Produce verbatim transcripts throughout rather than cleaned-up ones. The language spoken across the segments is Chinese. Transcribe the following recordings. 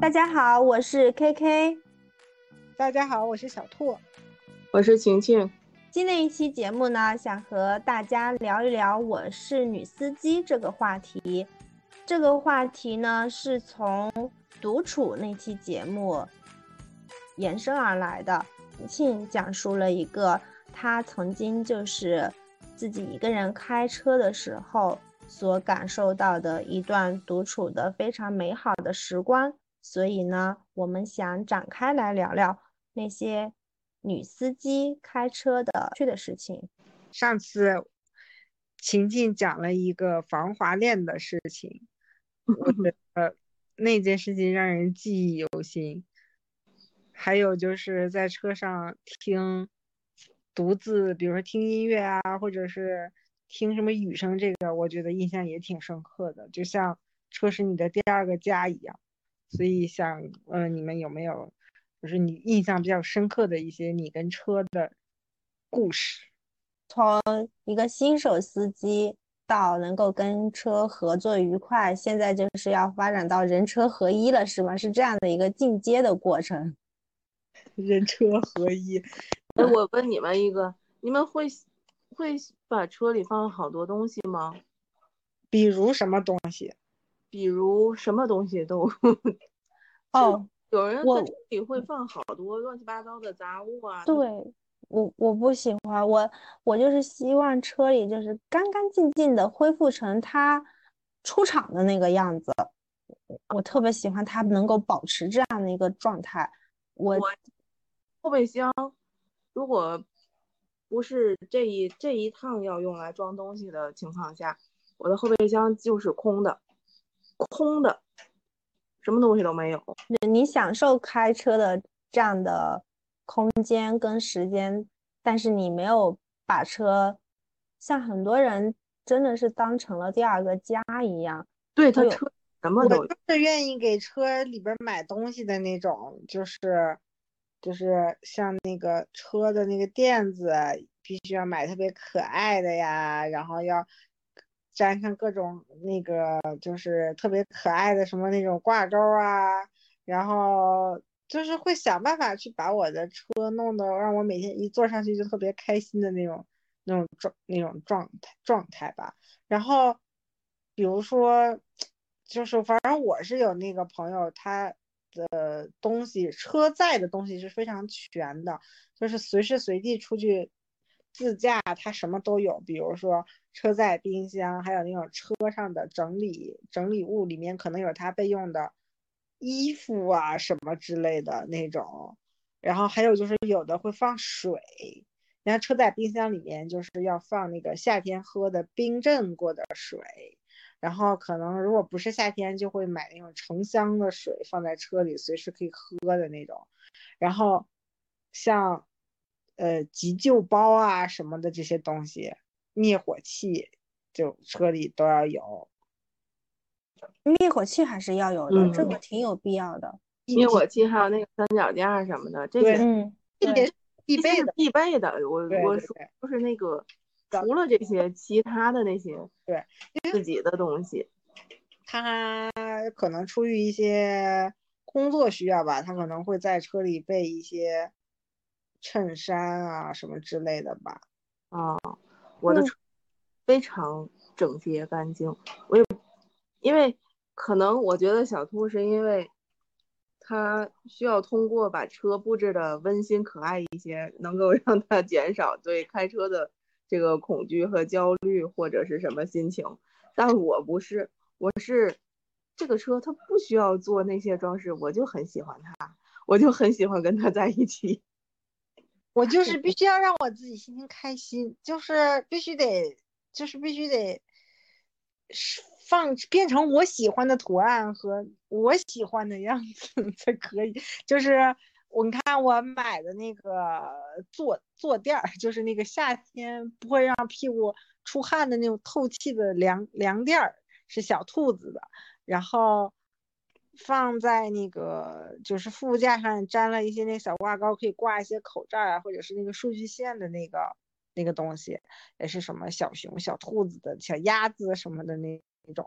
大家好，我是 K K。 大家好，我是小兔。 我是晴晴。 今天一期节目呢，想和大家聊一聊我是女司机这个话题。这个话题呢，是从独处那期节目延伸而来的。庆讲述了一个他曾经就是自己一个人开车的时候所感受到的一段独处的非常美好的时光。所以呢，我们想展开来聊聊那些女司机开车的趣的事情。 上次晴晴讲了一个防滑链的事情，我觉得那件事情让人记忆犹新。还有就是在车上听独自，比如说听音乐啊，或者是听什么雨声，这个我觉得印象也挺深刻的，就像车是你的第二个家一样。所以想，呃，你们有没有就是你印象比较深刻的一些你跟车的故事？ 从一个新手司机到能够跟车合作愉快，现在就是要发展到人车合一了，是吗？是这样的一个进阶的过程。 人车合一。 哎，我问你们一个，你们会会把车里放好多东西吗？ 比如什么东西？ 比如什么东西都哦， 有人在我车里会放好多乱七八糟的杂物啊。 对，我我不喜欢，我我就是希望车里就是干干净净的，恢复成它出厂的那个样子。我特别喜欢它能够保持这样的一个状态。我我后备箱如果不是这一这一趟要用来装东西的情况下，我的后备箱就是空的，空的，什么东西都没有。 你享受开车的这样的空间跟时间，但是你没有把车像很多人真的是当成了第二个家一样。 对，他车什么我都有。 就是愿意给车里边买东西的那种，就是就是像那个车的那个垫子，必须要买特别可爱的呀，然后要粘上各种那个就是特别可爱的什么那种挂钩啊，然后就是会想办法去把我的车弄得让我每天一坐上去就特别开心的那种那种状那种状态状态吧。然后比如说，就是反正我是有那个朋友，他的东西车载的东西是非常全的，就是随时随地出去自驾，他什么都有。比如说车载冰箱，还有那种车上的整理整理物，里面可能有他备用的衣服啊什么之类的那种。然后还有就是有的会放水。然后车载冰箱里面就是要放那个夏天喝的冰镇过的水，然后可能如果不是夏天，就会买那种成箱的水放在车里，随时可以喝的那种。然后像呃急救包啊什么的这些东西，灭火器就车里都要有。 灭火器还是要有的，这个嗯， 挺有必要的。 灭火器还有那个三脚架什么的，这对， 些嗯，对， 这些是必这些是备的。 必备的。我我说对对对就是那个除了这些其他的那些对， 自己的东西。 他可能出于一些工作需要吧，他可能会在车里备一些衬衫啊什么之类的吧。 啊，我的嗯， 车非常整洁干净。我也因为可能我觉得小兔是因为他需要通过把车布置的温馨可爱一些，能够让他减少对开车的这个恐惧和焦虑或者是什么心情。但我不是，我是这个车它不需要做那些装饰，我就很喜欢它，我就很喜欢跟他在一起。 我就是必须要让我自己心情开心，就是必须得，就是必须得是放变成我喜欢的图案和我喜欢的样子才可以。就是我看我买的那个坐坐垫儿，就是那个夏天不会让屁股出汗的那种透气的凉凉垫儿，是小兔子的。然后放在那个就是副驾上粘了一些那小挂钩，可以挂一些口罩啊，或者是那个数据线的那个那个东西，也是什么小熊、小兔子的小鸭子什么的那种。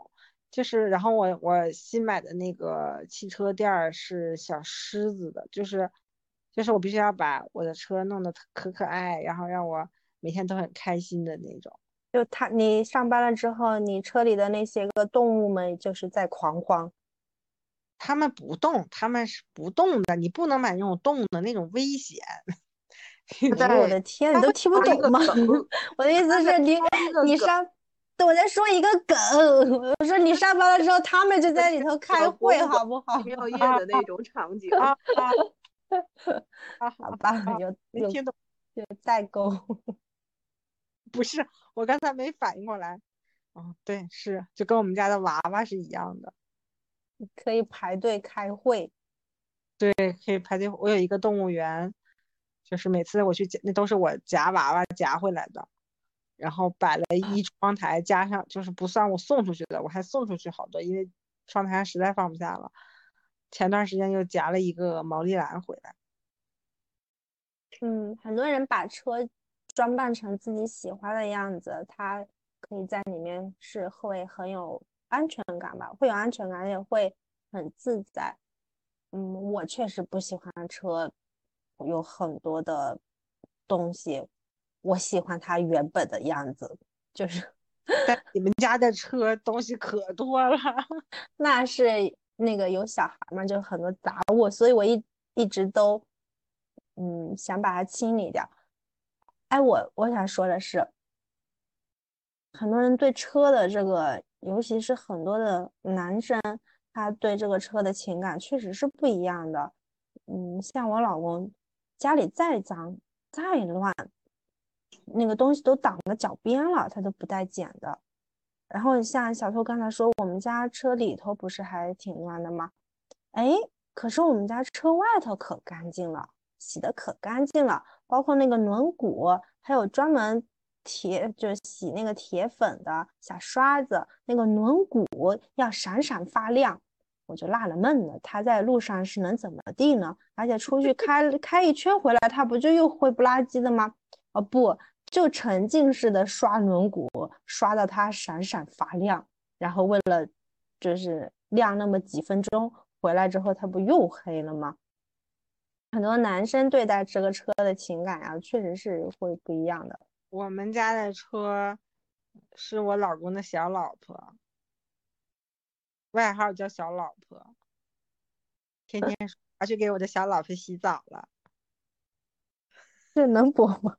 就是然后我我新买的那个汽车垫儿是小狮子的，就是就是我必须要把我的车弄得可可爱，然后让我每天都很开心的那种。 就他，你上班了之后，你车里的那些个动物们就是在狂欢。 他们不动，他们是不动的，你不能买那种动的那种危险。 哎呦我的天，你都听不懂吗？我的意思是你你上，我在说一个梗，我说你上班的时候，他们就在里头开会，好不好？ 妙夜的那种场景。 啊啊啊！ 好吧，有有没听懂， 有代沟。 不是，我刚才没反应过来。哦，对，是，就跟我们家的娃娃是一样的。 可以排队开会。 对，可以排队。我有一个动物园，就是每次我去夹，那都是我夹娃娃夹回来的，然后摆了一窗台，加上就是不算我送出去的，我还送出去好多，因为窗台上实在放不下了。前段时间又夹了一个毛利兰回来。 嗯，很多人把车装扮成自己喜欢的样子，他可以在里面是会很有安全感吧，会有安全感，也会很自在。嗯，我确实不喜欢车有很多的东西，我喜欢它原本的样子，就是但你们家的车东西可多了。 那是那个有小孩嘛，就很多杂物，所以我一一直都嗯想把它清理掉。哎，我我想说的是，很多人对车的这个，尤其是很多的男生，他对这个车的情感确实是不一样的。嗯，像我老公家里再脏再乱，那个东西都挡在脚边了，他都不带捡的。然后像小偷刚才说，我们家车里头不是还挺乱的吗？哎，可是我们家车外头可干净了，洗的可干净了，包括那个轮毂，还有专门铁，就是洗那个铁粉的小刷子，那个轮毂要闪闪发亮。我就纳了闷了，他在路上是能怎么地呢？而且出去开开一圈回来，他不就又灰不拉几的吗？哦不，就沉浸式的刷轮毂，刷到它闪闪发亮，然后为了就是亮那么几分钟，回来之后它不又黑了吗？很多男生对待这个车的情感啊，确实是会不一样的。 我们家的车是我老公的小老婆，外号叫小老婆，天天说要去给我的小老婆洗澡了。 这能播吗？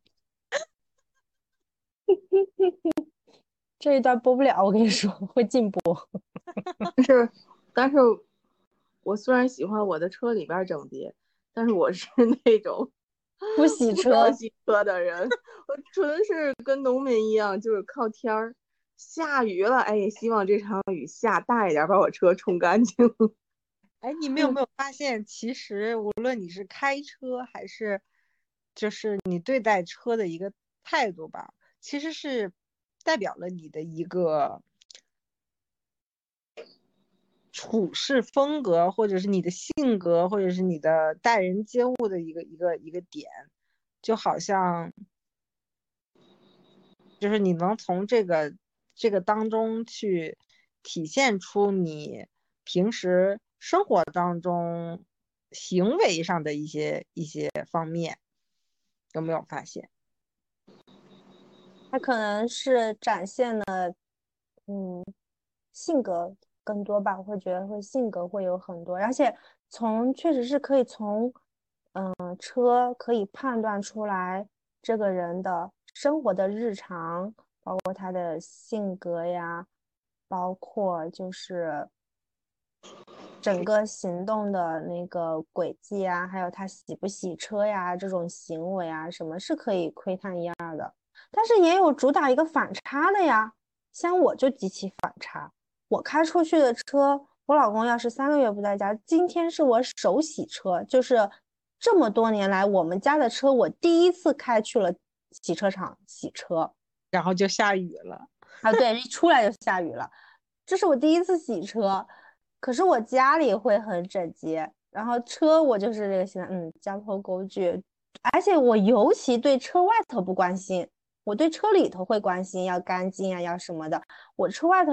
这一段播不了，我跟你说会禁播。 但是，但是我虽然喜欢我的车里边整洁，但是我是那种不洗不想车。 洗车的人，我纯是跟农民一样，就是靠天儿。下雨了，哎，希望这场雨下大一点，把我车冲干净。 哎，你们有没有发现，其实无论你是开车还是就是你对待车的一个态度吧，其实是代表了你的一个处事风格，或者是你的性格，或者是你的待人接物的一个一个一个点，就好像就是你能从这个这个当中去体现出你平时生活当中行为上的一些一些方面，有没有发现？ 他可能是展现了，嗯，性格更多吧，我会觉得会性格会有很多，而且从确实是可以从，嗯、呃车可以判断出来这个人的生活的日常，包括他的性格呀，包括就是整个行动的那个轨迹啊，还有他洗不洗车呀，这种行为啊，什么是可以窥探一二的。但是也有主打一个反差的呀，像我就极其反差。我开出去的车，我老公要是三个月不在家，今天是我手洗车，就是这么多年来我们家的车，我第一次开去了洗车场洗车。 然后就下雨了啊，对，一出来就下雨了，这是我第一次洗车，可是我家里会很整洁，然后车我就是这个现在，嗯，交通工具，而且我尤其对车外头不关心，我对车里头会关心，要干净啊，要什么的。我车外头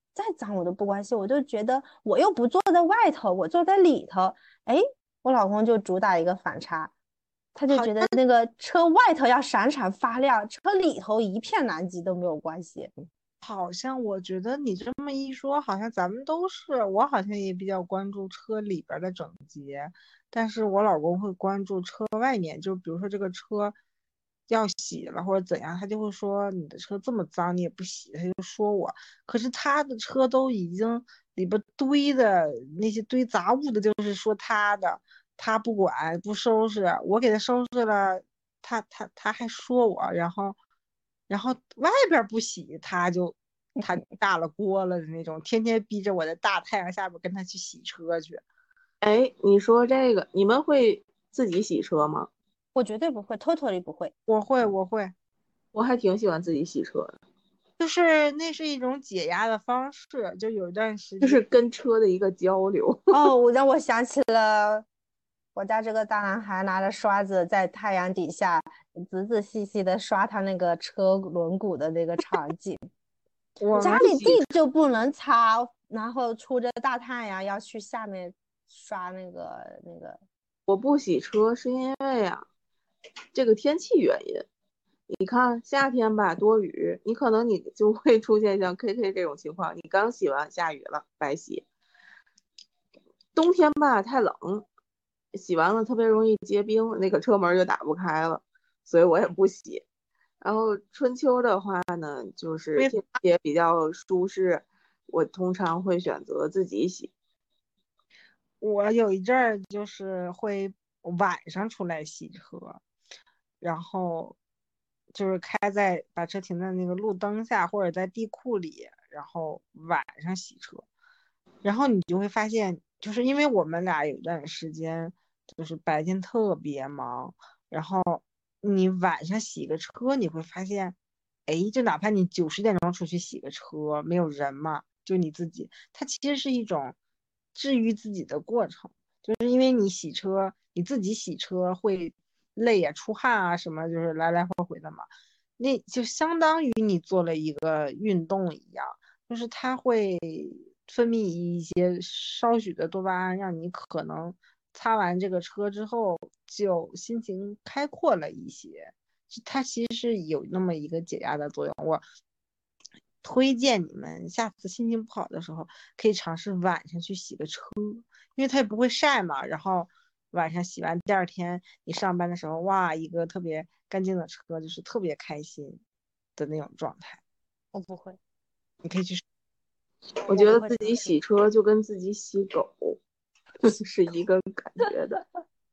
再脏我都不关心，我就觉得我又不坐在外头，我坐在里头，哎，我老公就主打一个反差，他就觉得那个车外头要闪闪发亮，车里头一片狼藉都没有关系。 好像我觉得你这么一说，好像咱们都是，我好像也比较关注车里边的整洁，但是我老公会关注车外面，就比如说这个车要洗了或者怎样，他就会说你的车这么脏你也不洗，他就说我。可是他的车都已经里边堆的那些堆杂物的，就是说他的，他不管不收拾，我给他收拾了，他他他还说我，然后。然后外边不洗，他就他大了锅了的那种，天天逼着我在大太阳下边跟他去洗车去。 哎，你说这个，你们会自己洗车吗？ 我绝对不会，totally 不会。 我会，我会， 我还挺喜欢自己洗车的， 就是那是一种解压的方式。就有一段时间， 就是跟车的一个交流。 哦，让我想起了我家这个大男孩拿着刷子在太阳底下仔仔细细的刷他那个车轮毂的那个场景。 我们家里地就不能擦，然后出着大太阳要去下面刷那个那个。 我不洗车是因为啊，这个天气原因。你看夏天吧，多雨，你可能你就会出现像 K K 这种情况，你刚洗完下雨了，白洗。冬天吧太冷，洗完了特别容易结冰，那个车门就打不开了，所以我也不洗。然后春秋的话呢，就是天气也比较舒适，我通常会选择自己洗。 我有一阵儿就是会晚上出来洗车，然后就是开在把车停在那个路灯下或者在地库里，然后晚上洗车。然后你就会发现，就是因为我们俩有段时间就是白天特别忙，然后你晚上洗个车，你会发现，哎，就哪怕你九十点钟出去洗个车，没有人嘛，就你自己，它其实是一种治愈自己的过程，就是因为你洗车，你自己洗车会累呀、出汗啊什么，就是来来回回的嘛，那就相当于你做了一个运动一样。就是它会分泌一些少许的多巴胺，让你可能擦完这个车之后就心情开阔了一些。它其实是有那么一个解压的作用。我推荐你们下次心情不好的时候，可以尝试晚上去洗个车，因为它也不会晒嘛。然后晚上洗完，第二天你上班的时候，哇，一个特别干净的车，就是特别开心的那种状态。 我不会。 你可以去。 我觉得自己洗车就跟自己洗狗是一个感觉的。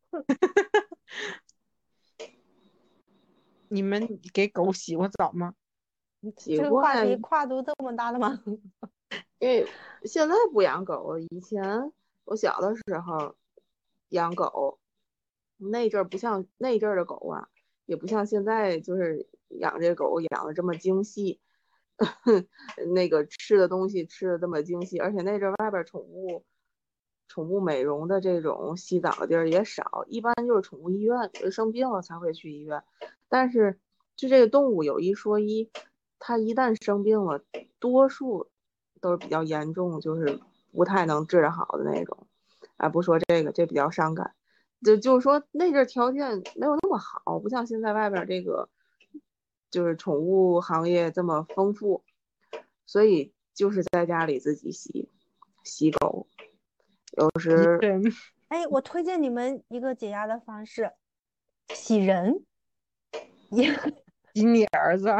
你们给狗洗过澡吗？ 洗过这个话题跨度这么大的吗？ 因为现在不养狗，以前我小的时候养狗，那阵儿不像那阵儿的狗啊，也不像现在就是养这狗养的这么精细，那个吃的东西吃的这么精细，而且那阵儿外边宠物宠物美容的这种洗澡的地儿也少，一般就是宠物医院，生病了才会去医院。但是就这个动物有一说一，它一旦生病了，多数都是比较严重，就是不太能治得好的那种。啊，不说这个，这比较伤感。就就是说那阵条件没有那么好，不像现在外边这个就是宠物行业这么丰富，所以就是在家里自己洗洗狗，有时哎，我推荐你们一个解压的方式，洗人。 洗你儿子。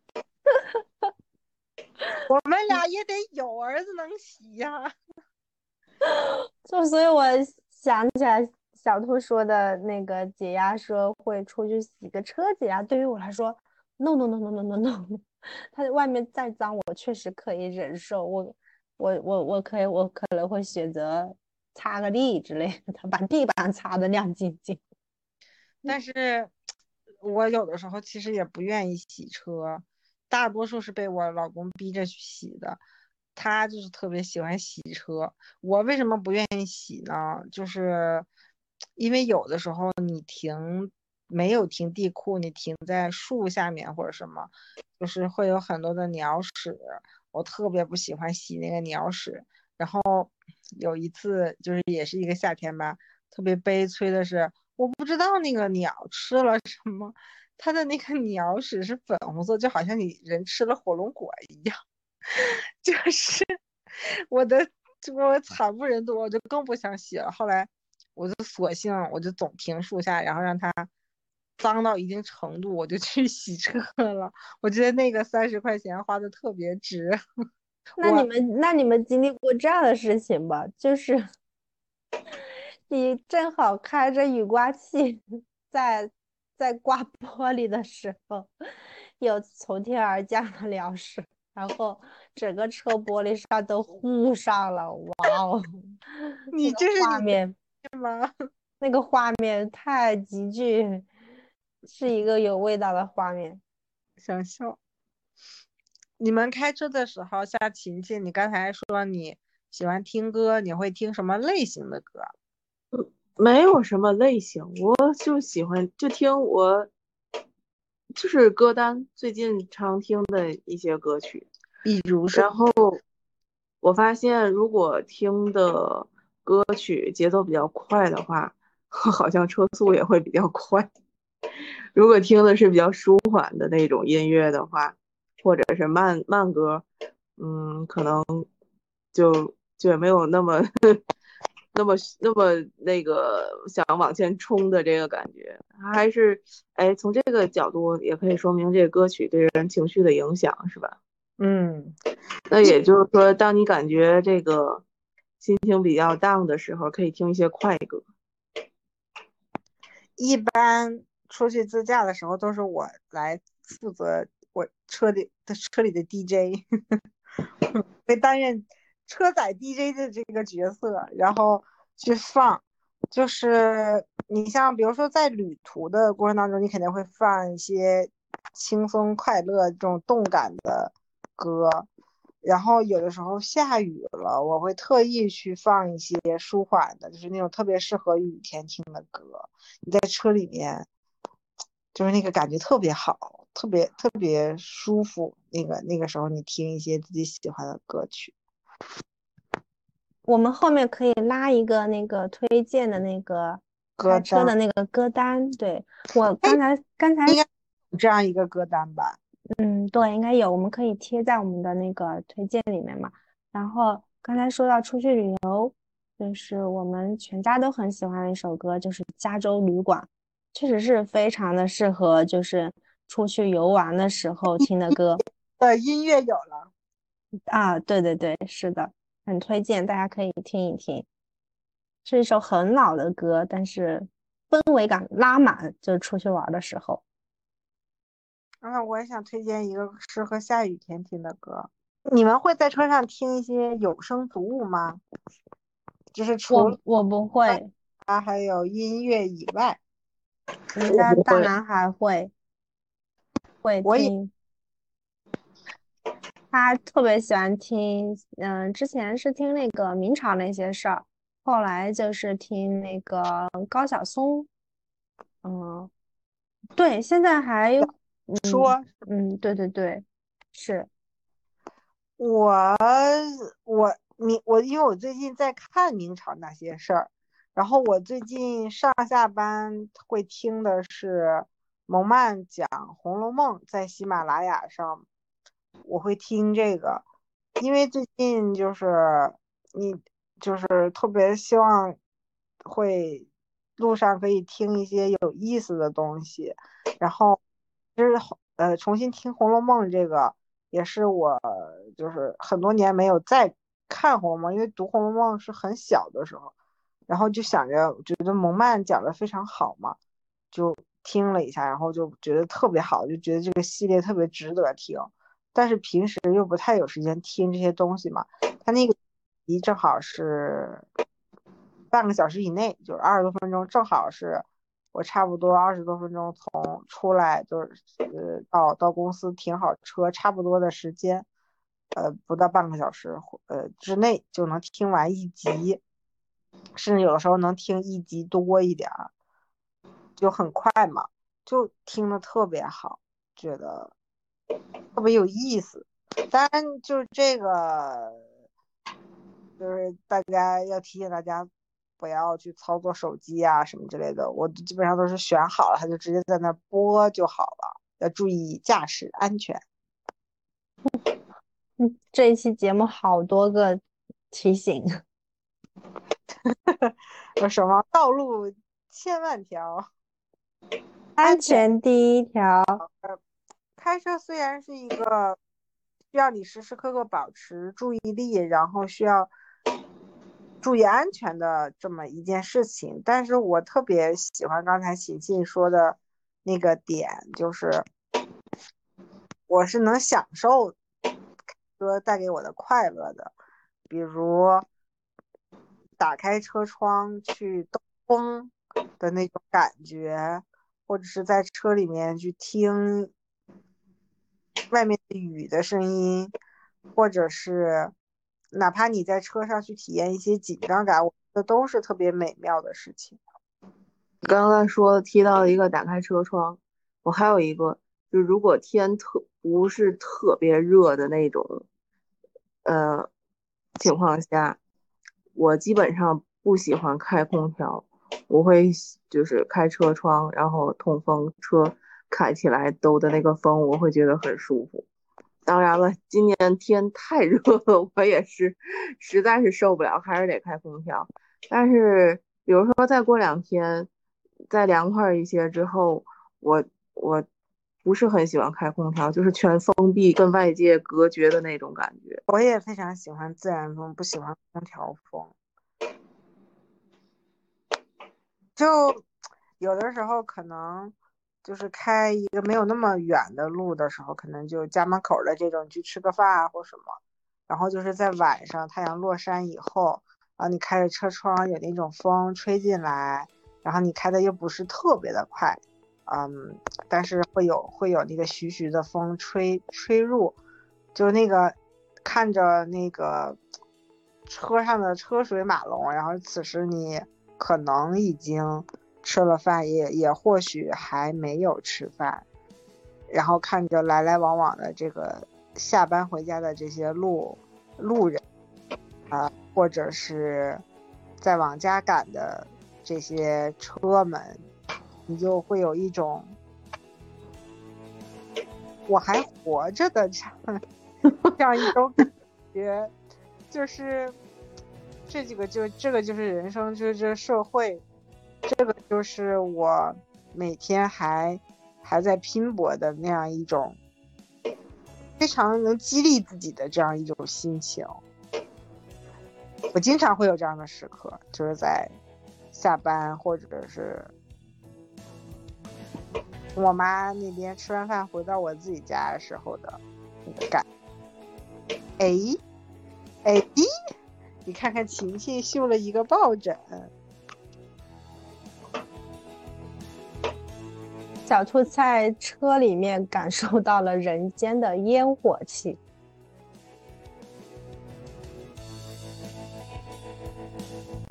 我们俩也得有儿子能洗呀。 就所以，我想起来小兔说的那个解压，说会出去洗个车解压。对于我来说，no no no no no no no，它外面再脏，我确实可以忍受。我我我我可以，我可能会选择擦个地之类的，把地板擦得亮晶晶。 但是我有的时候其实也不愿意洗车，大多数是被我老公逼着去洗的。他就是特别喜欢洗车，我为什么不愿意洗呢？就是因为有的时候你停没有停地库，你停在树下面或者什么，就是会有很多的鸟屎， 我特别不喜欢吸那个鸟屎。然后有一次就是也是一个夏天吧，特别悲催的是，我不知道那个鸟吃了什么，它的那个鸟屎是粉红色，就好像你人吃了火龙果一样。就是我的我惨不忍睹，我就更不想洗了。后来我就索性我就总停树下，然后让它脏到一定程度，我就去洗车了。我觉得那个三十块钱花的特别值。 那你们那你们经历过这样的事情吧？就是你正好开着雨刮器在在刮玻璃的时候，有从天而降的粮食，然后整个车玻璃上都糊上了。哇哦，那你个这是你画面， 吗？ 那个画面太极具，是一个有味道的画面。 想笑。你们开车的时候，像琴琴，你刚才说你喜欢听歌，你会听什么类型的歌？ 没有什么类型，我就喜欢就听我就是歌单最近常听的一些歌曲。 比如说， 然后我发现如果听的歌曲节奏比较快的话，好像车速也会比较快。如果听的是比较舒缓的那种音乐的话，或者是慢慢歌，嗯，可能就就也没有那么那么那么那个想往前冲的这个感觉。还是哎，从这个角度也可以说明这个歌曲对人情绪的影响，是吧？ 嗯， 那也就是说，当你感觉这个心情比较 down 的时候，可以听一些快歌。 一般出去自驾的时候都是我来负责我车里的车里的 D J， 会担任车载 D J 的这个角色，然后去放。就是你像比如说在旅途的过程当中，你肯定会放一些轻松快乐这种动感的歌，然后有的时候下雨了，我会特意去放一些舒缓的，就是那种特别适合雨天听的歌。你在车里面，就是那个感觉特别好，特别特别舒服。那个那个时候你听一些自己喜欢的歌曲。 我们后面可以拉一个那个推荐的那个开车歌单的那个歌单。对，我哎， 刚才刚才应该有这样一个歌单吧？ 嗯，对，应该有，我们可以贴在我们的那个推荐里面嘛。然后刚才说到出去旅游，就是我们全家都很喜欢的一首歌，就是《加州旅馆》，确实是非常的适合就是出去游玩的时候听的歌呃，音乐有了。 啊。对对对，是的，很推荐，大家可以听一听。是一首很老的歌，但是氛围感拉满，就是出去玩的时候。 啊，我也想推荐一个适合下雨天听的歌。你们会在车上听一些有声读物吗？就是除了我我不会， 它还有音乐以外， 我们我不会。 家大男孩会会我也听，他特别喜欢听，嗯，之前是听那个明朝那些事儿，后来就是听那个高晓松，嗯，对，现在还，嗯说， 嗯，对对对，是。 我我明我因为我最近在看明朝那些事儿，然后我最近上下班会听的是蒙曼讲《红楼梦》，在喜马拉雅上我会听这个，因为最近就是你就是特别希望会路上可以听一些有意思的东西，然后就是呃重新听《红楼梦》这个也是我就是很多年没有再看《红楼梦》，因为读《红楼梦》是很小的时候，然后就想着觉得蒙曼讲的非常好嘛，就听了一下，然后就觉得特别好，就觉得这个系列特别值得听。但是平时又不太有时间听这些东西嘛，他那个集正好是半个小时以内，就是二十多分钟，正好是我差不多二十多分钟从出来就是呃到到公司停好车差不多的时间，呃不到半个小时呃之内就能听完一集，甚至有的时候能听一集多一点儿，就很快嘛，就听得特别好，觉得特别有意思。 当然，就是这个，就是大家要提醒大家，不要去操作手机啊什么之类的。我基本上都是选好了，它就直接在那播就好了。要注意驾驶安全。 嗯，这一期节目好多个提醒。 有什么道路千万条， 安全第一条。 开车虽然是一个需要你时时刻刻保持注意力，然后需要注意安全的这么一件事情，但是我特别喜欢刚才琪琪说的那个点，就是我是能享受车带给我的快乐的，比如打开车窗去兜风的那种感觉，或者是在车里面去听外面的雨的声音，或者是哪怕你在车上去体验一些紧张感，我觉得都是特别美妙的事情。 刚才说提到一个打开车窗，我还有一个，就如果天特不是特别热的那种，呃情况下，我基本上不喜欢开空调，我会就是开车窗，然后通风，车开起来兜的那个风，我会觉得很舒服。当然了，今年天太热了，我也是实在是受不了，还是得开空调。但是比如说再过两天，再凉快一些之后，我我不是很喜欢开空调，就是全封闭跟外界隔绝的那种感觉。 我也非常喜欢自然风，不喜欢空调风。就有的时候可能就是开一个没有那么远的路的时候，可能就家门口的这种去吃个饭啊或什么，然后就是在晚上太阳落山以后啊，你开着车窗有那种风吹进来，然后你开的又不是特别的快，嗯，但是会有会有那个徐徐的风吹吹入，就那个看着那个车上的车水马龙，然后此时你可能已经吃了饭，也也或许还没有吃饭，然后看着来来往往的这个下班回家的这些路路人啊、呃，或者是在往家赶的这些车们，你就会有一种我还活着的这样这样一种感觉，就是这几个就这个就是人生，就是这社会，这个就是我每天还还在拼搏的那样一种非常能激励自己的这样一种心情。我经常会有这样的时刻，就是在下班或者是我妈那边吃完饭回到我自己家的时候的那个感觉。哎哎，你看看晴晴绣了一个抱枕。 小兔在车里面感受到了人间的烟火气。